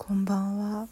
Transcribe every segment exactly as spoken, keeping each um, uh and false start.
こんばんは。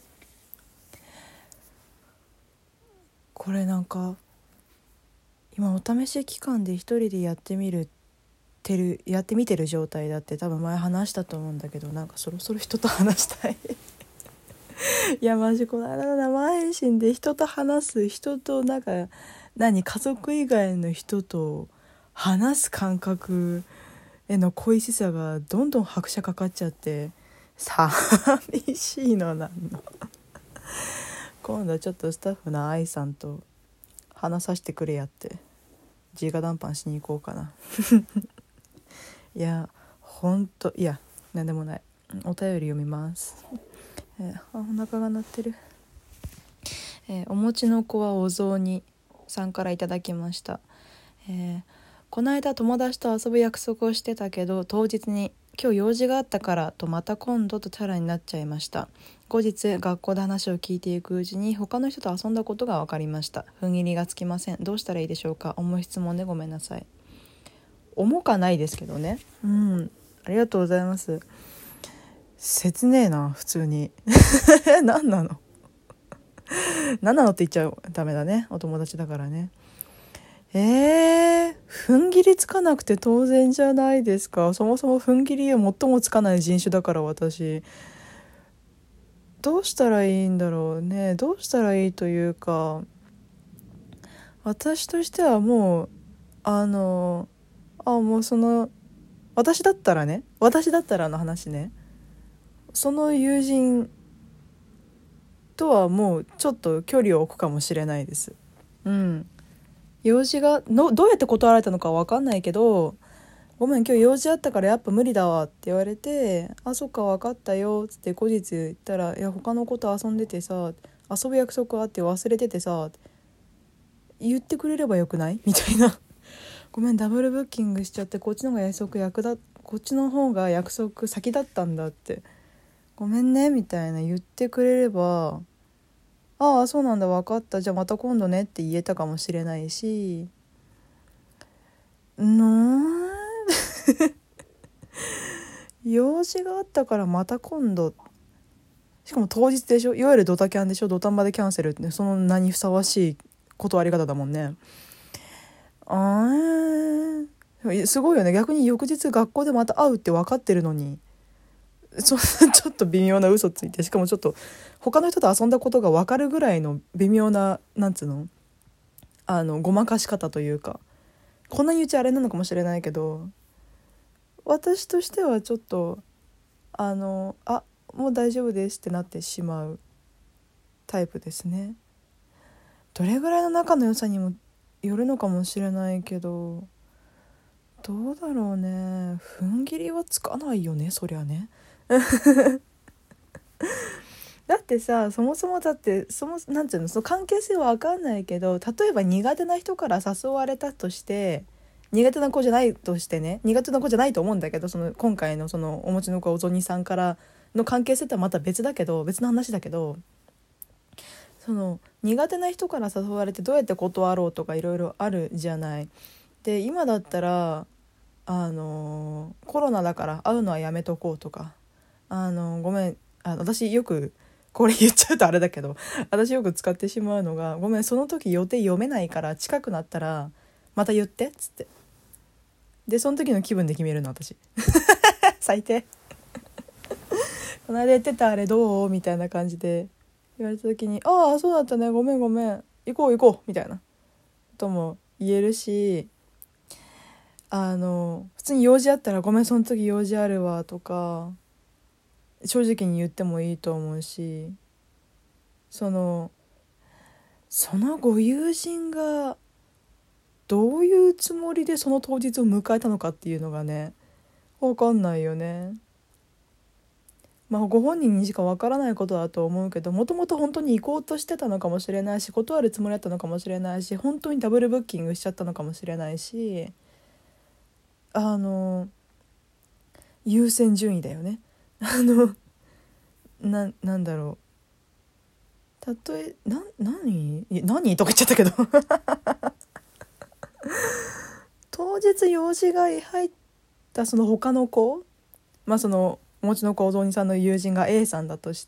これなんか今お試し期間で一人でやってみるてるやってみてる状態だって多分前話したと思うんだけど、なんかそろそろ人と話したいいやマジこの間の生配信で人と話す人となんか何家族以外の人と話す感覚への恋しさがどんどん拍車かかっちゃって寂しいのなんの今度はちょっとスタッフの愛さんと話させてくれやって直談判しに行こうかないやほんといやなんでもない。お便り読みます。えー、あお腹が鳴ってる。えー、お餅の子はお雑煮さんからいただきました。えー、この間友達と遊ぶ約束をしてたけど当日に今日用事があったからとまた今度とチャラになっちゃいました。後日学校で話を聞いていくうちに他の人と遊んだことが分かりました。踏ん切りがつきません。どうしたらいいでしょうか。重い質問でごめんなさい。重かないですけどね。うんありがとうございます。切ねえな普通に何なの何なのって言っちゃうダメだね、お友達だからね。えー、踏ん切りつかなくて当然じゃないですか。そもそも踏ん切りを最もつかない人種だから私。どうしたらいいんだろうね。どうしたらいいというか、私としてはもうあのあもうその私だったらね私だったらの話ね、その友人とはもうちょっと距離を置くかもしれないです。うん用事がのどうやって断られたのか分かんないけど、ごめん今日用事あったからやっぱ無理だわって言われて、あそっか分かったよっつって後日言ったら、いや他の子と遊んでてさ遊ぶ約束あって忘れててさ言ってくれればよくないみたいなごめんダブルブッキングしちゃってこっちの方が約束役だこっちの方が約束先だったんだってごめんねみたいな言ってくれれば、ああそうなんだ分かったじゃあまた今度ねって言えたかもしれないし、の用事があったからまた今度、しかも当日でしょ、いわゆるドタキャンでしょ、土壇場でキャンセルってその名にふさわしい断り方だもんね。あーすごいよね。逆に翌日学校でまた会うって分かってるのにそちょっと微妙な嘘ついて、しかもちょっと他の人と遊んだことが分かるぐらいの微妙ななんつうのあのごまかし方というか、こんなにうちあれなのかもしれないけど私としてはちょっとあのあもう大丈夫ですってなってしまうタイプですね。どれぐらいの仲の良さにもよるのかもしれないけど、どうだろうね。踏ん切りはつかないよねそりゃねだってさそもそもだってそもなんていうのその関係性は分かんないけど、例えば苦手な人から誘われたとして、苦手な子じゃないとしてね、苦手な子じゃないと思うんだけど、その今回のそのお餅の子おぞにさんからの関係性とはまた別だけど別の話だけど、その苦手な人から誘われてどうやって断ろうとかいろいろあるじゃない。で今だったらあのコロナだから会うのはやめとこうとか、あのごめんあ私よくこれ言っちゃうとあれだけど私よく使ってしまうのが、ごめんその時予定読めないから近くなったらまた言ってっつって、でその時の気分で決めるの私最低この間言ってたあれどうみたいな感じで言われた時に、ああそうだったねごめんごめん行こう行こうみたいなことも言えるし、あの普通に用事あったらごめんその時用事あるわとか正直に言ってもいいと思うし、そのそのご友人がどういうつもりでその当日を迎えたのかっていうのがね分かんないよね。まあご本人にしか分からないことだと思うけど、もともと本当に行こうとしてたのかもしれないし、断るつもりだったのかもしれないし、本当にダブルブッキングしちゃったのかもしれないし、あの優先順位だよね。あのななんだろう、たとえな何何とか言っちゃったけど当日用事が入ったその他の子、まあそのお餅の小僧さんの友人が A さんだとして、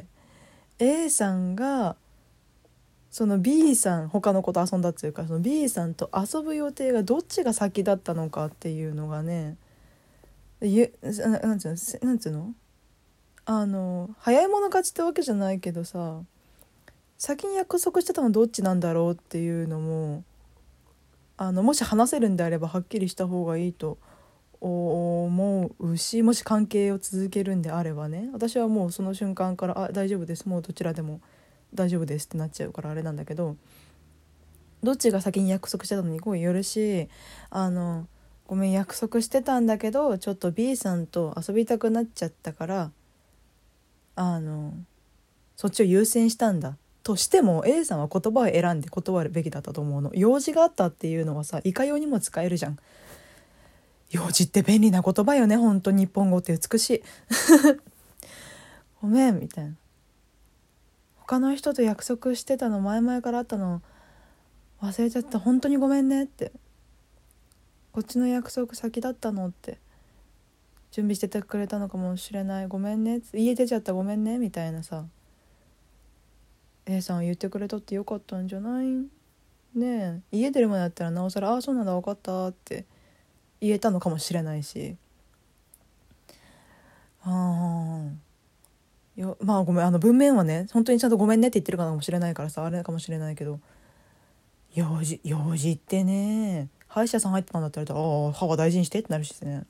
A さんがその B さん、他の子と遊んだっていうか、その B さんと遊ぶ予定がどっちが先だったのかっていうのがね、ゆななんつうの、なんつうの、あの早い者勝ちってわけじゃないけどさ、先に約束してたのどっちなんだろうっていうのも、あのもし話せるんであればはっきりした方がいいと思うし、もし関係を続けるんであればね、私はもうその瞬間からあ大丈夫です、もうどちらでも大丈夫ですってなっちゃうからあれなんだけど、どっちが先に約束してたのにこうよるし、あのごめん約束してたんだけどちょっと B さんと遊びたくなっちゃったからあのそっちを優先したんだとしても A さんは言葉を選んで断るべきだったと思うの。用事があったっていうのはさ、いかようにも使えるじゃん。用事って便利な言葉よね、本当に日本語って美しいごめんみたいな、他の人と約束してたの前々からあったの忘れちゃった、本当にごめんねって、こっちの約束先だったのって、準備しててくれたのかもしれない、ごめんね、家出ちゃったごめんねみたいなさ、 A さんは言ってくれとってよかったんじゃないねえ、家出る前だったらなおさらああそうなんだ分かったって言えたのかもしれないし、ああよまあごめん、あの文面はね本当にちゃんとごめんねって言ってるかもしれないからさあれかもしれないけど、用事用事ってね、歯医者さん入ってたんだったらああ歯は大事にしてってなるしね。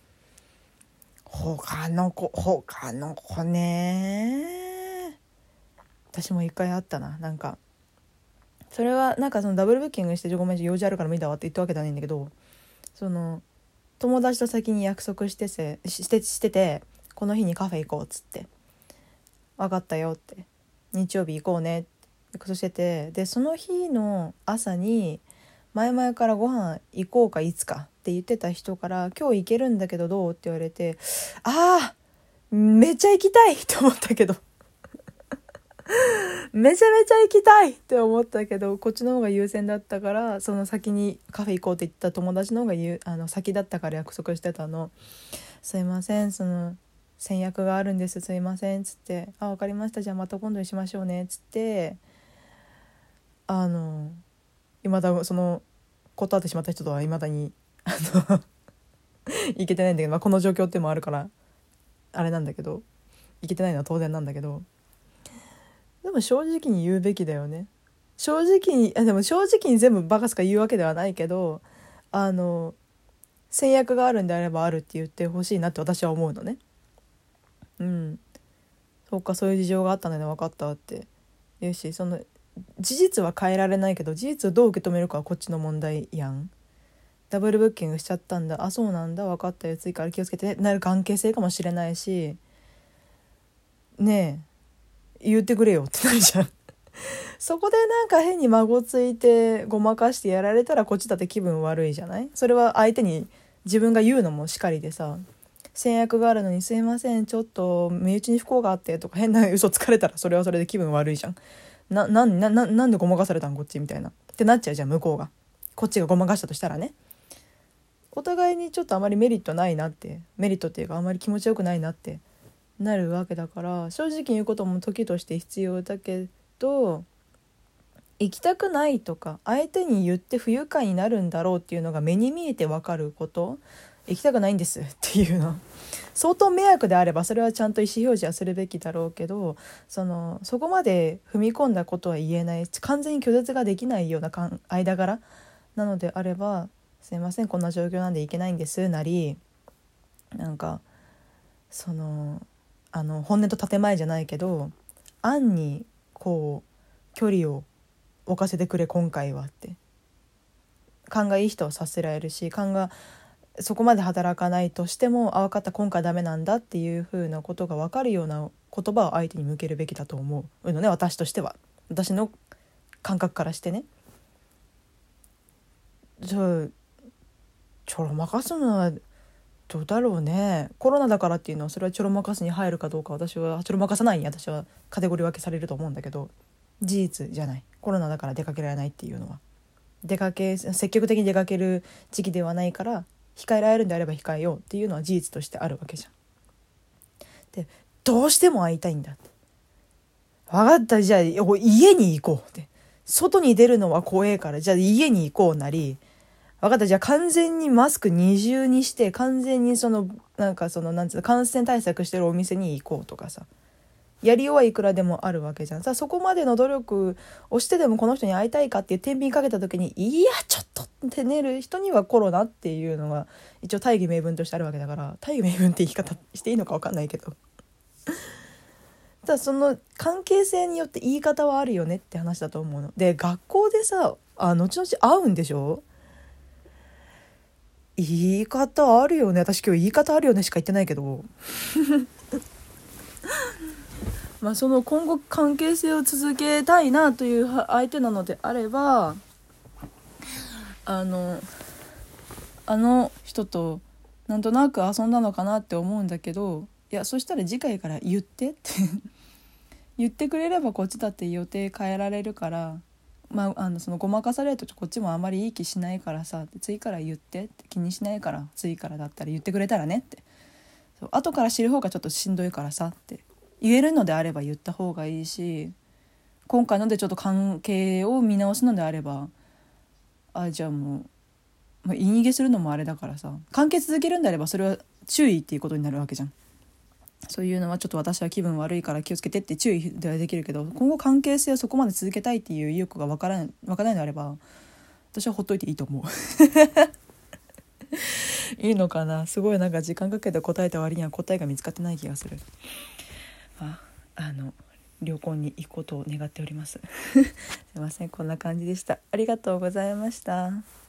他の子他の子ね、私も一回あったな。なんかそれはなんかそのダブルブッキングしてごめん用事あるから見たわって言ったわけじゃないんだけど、その友達と先に約束してせしてしてて、この日にカフェ行こうっつって、分かったよって、日曜日行こうねって約束してて、でその日の朝に前々からご飯行こうかいつかって言ってた人から今日行けるんだけどどうって言われて、あーめっちゃ行きたいって思ったけどめちゃめちゃ行きたいって思ったけどこっちの方が優先だったから、その先にカフェ行こうって言った友達の方がゆあの先だったから約束してたの。すいません、その先約があるんですすいませんっつって、あ分かりましたじゃあまた今度にしましょうねっつって、あの未だその断ってしまった人とは未だにあの行けてないんだけど、まあ、この状況っていうのもあるからあれなんだけど、行けてないのは当然なんだけど、でも正直に言うべきだよね。正直にあでも正直に全部バカすか言うわけではないけど、あの制約があるんであればあるって言ってほしいなって私は思うのね。うんそうかそういう事情があったので分かったって言うし、その事実は変えられないけど事実をどう受け止めるかはこっちの問題やん。ダブルブッキングしちゃったんだ、あそうなんだ分かったよ次から気をつけてなる関係性かもしれないし、ねえ言ってくれよってなるじゃんそこでなんか変に孫ついてごまかしてやられたらこっちだって気分悪いじゃない。それは相手に自分が言うのもしかりでさ、制約があるのにすいませんちょっと身内に不幸があってとか変な嘘つかれたらそれはそれで気分悪いじゃん。な、な、な、な、なんでごまかされたんこっちみたいなってなっちゃうじゃん向こうが。こっちがごまかしたとしたらね、お互いにちょっとあまりメリットないなって、メリットっていうかあまり気持ちよくないなってなるわけだから、正直に言うことも時として必要だけど、行きたくないとか相手に言って不愉快になるんだろうっていうのが目に見えて分かること、行きたくないんですっていうの相当迷惑であればそれはちゃんと意思表示はするべきだろうけど、そのそこまで踏み込んだことは言えない、完全に拒絶ができないような間柄なのであれば、すいませんこんな状況なんで行けないんですなり、なんかそのあの本音と建前じゃないけど暗にこう距離を置かせてくれ今回はって勘がいい人はさせられるし、勘がそこまで働かないとしてもあ分かった今回ダメなんだっていう風なことが分かるような言葉を相手に向けるべきだと思うのね、私としては、私の感覚からしてね。じゃあちょろまかすのはどうだろうね。コロナだからっていうのはそれはちょろまかすに入るかどうか、私はちょろまかさないに私はカテゴリー分けされると思うんだけど、事実じゃない。コロナだから出かけられないっていうのは、出かけ積極的に出かける時期ではないから控えられるんであれば控えようっていうのは事実としてあるわけじゃん。 でどうしても会いたいんだって。分かった、じゃあ家に行こうって。外に出るのは怖えからじゃあ家に行こうなり、分かった、じゃあ完全にマスク二重にして完全にそのなんかそのなんつうの感染対策してるお店に行こうとかさ、やりようはいくらでもあるわけじゃんさ。そこまでの努力をしてでもこの人に会いたいかっていう天秤かけた時に、いやちょっとって寝る人にはコロナっていうのが一応大義名分としてあるわけだから、大義名分って言い方していいのか分かんないけどただその関係性によって言い方はあるよねって話だと思うので、学校でさあ後々会うんでしょ、言い方あるよね。私今日言い方あるよねしか言ってないけどまあその今後関係性を続けたいなという相手なのであれば、あのあの人となんとなく遊んだのかなって思うんだけど、いやそしたら次回から言ってって言ってくれればこっちだって予定変えられるから、まあ、あのそのごまかされるとこっちもあまりいい気しないからさ、次から言ってって、気にしないから次からだったら言ってくれたらねって、そう後から知る方がちょっとしんどいからさって言えるのであれば言った方がいいし、今回のでちょっと関係を見直すのであれば、あじゃあもう、まあ、言い逃げするのもあれだからさ、関係続けるんであればそれは注意っていうことになるわけじゃん。そういうのはちょっと私は気分悪いから気をつけてって注意ではできるけど、今後関係性をそこまで続けたいっていう意欲が分からない、分からないのであれば私はほっといていいと思ういいのかな。すごいなんか時間かけて答えた割には答えが見つかってない気がする。あ、あの旅行に行くことを願っておりますすいません、こんな感じでした。ありがとうございました。